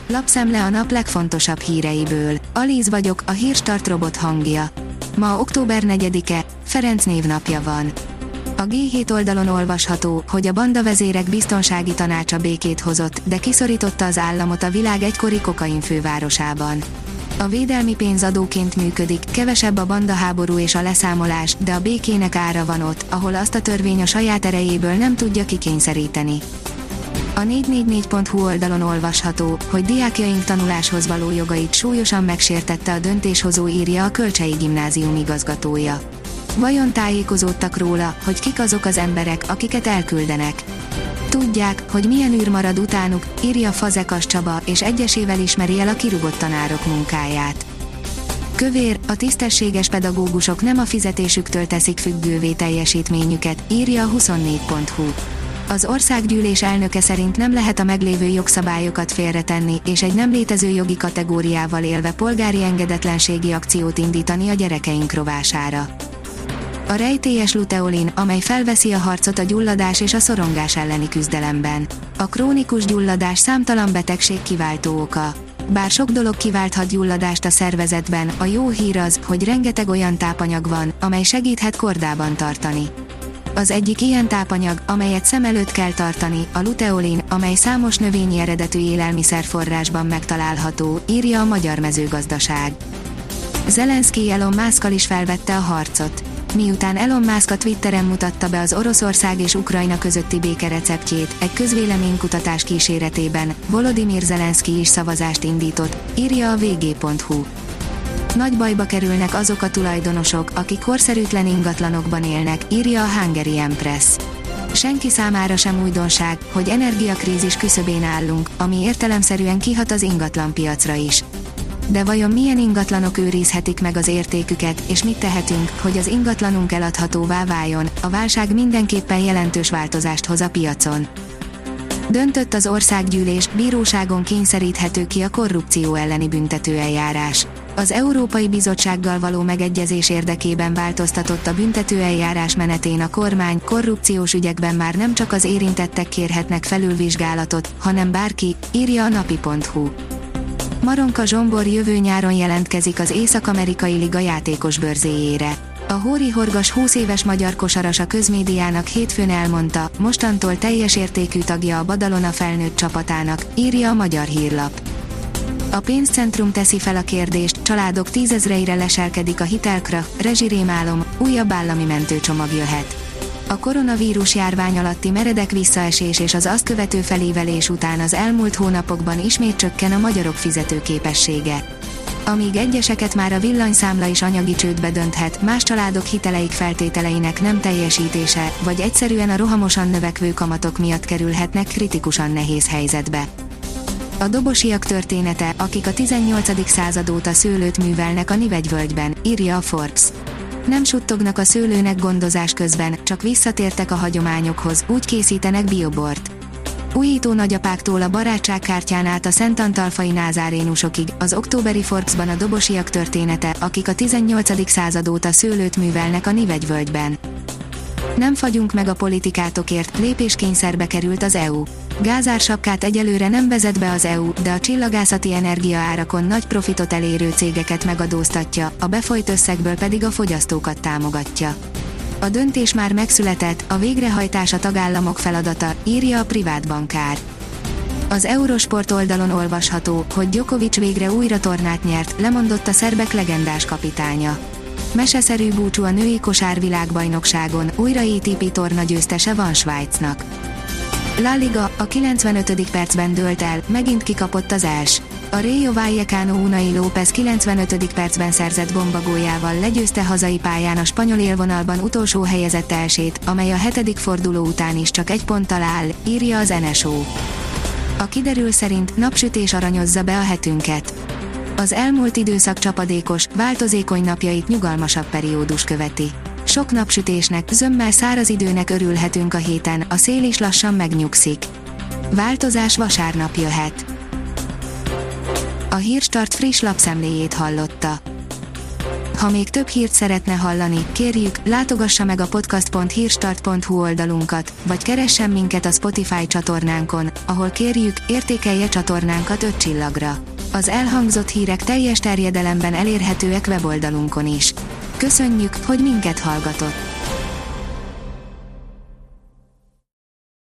Lapszemle a nap legfontosabb híreiből. Alíz vagyok, a Hírstart robot hangja. Ma október 4-e, Ferenc névnapja van. A G7 oldalon olvasható, hogy a bandavezérek biztonsági tanácsa békét hozott, de kiszorította az államot a világ egykori kokain fővárosában. A védelmi pénz adóként működik, kevesebb a bandaháború és a leszámolás, de a békének ára van ott, ahol azt a törvény a saját erejéből nem tudja kikényszeríteni. A 444.hu oldalon olvasható, hogy diákjaink tanuláshoz való jogait súlyosan megsértette a döntéshozó, írja a Kölcsei Gimnázium igazgatója. Vajon tájékozódtak róla, hogy kik azok az emberek, akiket elküldenek? Tudják, hogy milyen űr marad utánuk, írja Fazekas Csaba, és egyesével ismeri el a kirúgott tanárok munkáját. Kövér, a tisztességes pedagógusok nem a fizetésüktől teszik függővé teljesítményüket, írja a 24.hu. Az országgyűlés elnöke szerint nem lehet a meglévő jogszabályokat félretenni, és egy nem létező jogi kategóriával élve polgári engedetlenségi akciót indítani a gyerekeink rovására. A rejtélyes luteolin, amely felveszi a harcot a gyulladás és a szorongás elleni küzdelemben. A krónikus gyulladás számtalan betegség kiváltó oka. Bár sok dolog kiválthat gyulladást a szervezetben, a jó hír az, hogy rengeteg olyan tápanyag van, amely segíthet kordában tartani. Az egyik ilyen tápanyag, amelyet szem előtt kell tartani, a luteolin, amely számos növényi eredetű élelmiszerforrásban megtalálható, írja a Magyar Mezőgazdaság. Zelenszky Elon Muskkal is felvette a harcot. Miután Elon Musk a Twitteren mutatta be az Oroszország és Ukrajna közötti békereceptjét, egy közvéleménykutatás kíséretében Volodymyr Zelenszky is szavazást indított, írja a vg.hu. Nagy bajba kerülnek azok a tulajdonosok, akik korszerűtlen ingatlanokban élnek, írja a Hungarian Press. Senki számára sem újdonság, hogy energiakrízis küszöbén állunk, ami értelemszerűen kihat az ingatlanpiacra is. De vajon milyen ingatlanok őrizhetik meg az értéküket, és mit tehetünk, hogy az ingatlanunk eladhatóvá váljon? A válság mindenképpen jelentős változást hoz a piacon. Döntött az országgyűlés, bíróságon kényszeríthető ki a korrupció elleni büntetőeljárás. Az Európai Bizottsággal való megegyezés érdekében változtatott a büntetőeljárás menetén a kormány, korrupciós ügyekben már nem csak az érintettek kérhetnek felülvizsgálatot, hanem bárki, írja a napi.hu. Maronka Zsombor jövő nyáron jelentkezik az Észak-amerikai liga játékos bőrzéjére. A Hóri Horgas 20 éves magyar kosaras a közmédiának hétfőn elmondta, mostantól teljes értékű tagja a Badalona felnőtt csapatának, írja a Magyar Hírlap. A pénzcentrum teszi fel a kérdést, családok tízezreire leselkedik a hitelkrach, rezsirémálom, újabb állami mentőcsomag jöhet. A koronavírus járvány alatti meredek visszaesés és az azt követő felévelés után az elmúlt hónapokban ismét csökken a magyarok fizetőképessége. Amíg egyeseket már a villanyszámla is anyagi csődbe dönthet, más családok hiteleik feltételeinek nem teljesítése, vagy egyszerűen a rohamosan növekvő kamatok miatt kerülhetnek kritikusan nehéz helyzetbe. A dobosiak története, akik a 18. század óta szőlőt művelnek a Nivegyvölgyben, írja a Forbes. Nem suttognak a szőlőnek gondozás közben, csak visszatértek a hagyományokhoz, úgy készítenek biobort. Újító nagyapáktól a barátságkártyán át a szentantalfai názárénusokig, az októberi Forbesban a dobosiak története, akik a 18. század óta szőlőt művelnek a Nivegyvölgyben. Nem fagyunk meg a politikátokért, lépéskényszerbe került az EU. Gázársapkát egyelőre nem vezet be az EU, de a csillagászati energiaárakon nagy profitot elérő cégeket megadóztatja, a befolyt összegből pedig a fogyasztókat támogatja. A döntés már megszületett, a végrehajtás a tagállamok feladata, írja a privát bankár. Az Eurosport oldalon olvasható, hogy Djokovic végre újra tornát nyert, lemondott a szerbek legendás kapitánya. Meseszerű búcsú a női kosárvilágbajnokságon, újra ATP torna győztese van Svájcnak. La Liga, a 95. percben dőlt el, megint kikapott az Els. A Rayo Vallecano Unai López 95. percben szerzett bombagóljával legyőzte hazai pályán a spanyol élvonalban utolsó helyezett Elsét, amely a 7. forduló után is csak egy ponttal áll, írja az NSO. A kiderül szerint napsütés aranyozza be a hetünket. Az elmúlt időszak csapadékos, változékony napjait nyugalmasabb periódus követi. Sok napsütésnek, zömmel száraz időnek örülhetünk a héten, a szél is lassan megnyugszik. Változás vasárnap jöhet. A Hírstart friss lapszemléjét hallotta. Ha még több hírt szeretne hallani, kérjük, látogassa meg a podcast.hírstart.hu oldalunkat, vagy keressen minket a Spotify csatornánkon, ahol kérjük, értékelje csatornánkat 5 csillagra. Az elhangzott hírek teljes terjedelemben elérhetőek weboldalunkon is. Köszönjük, hogy minket hallgatott!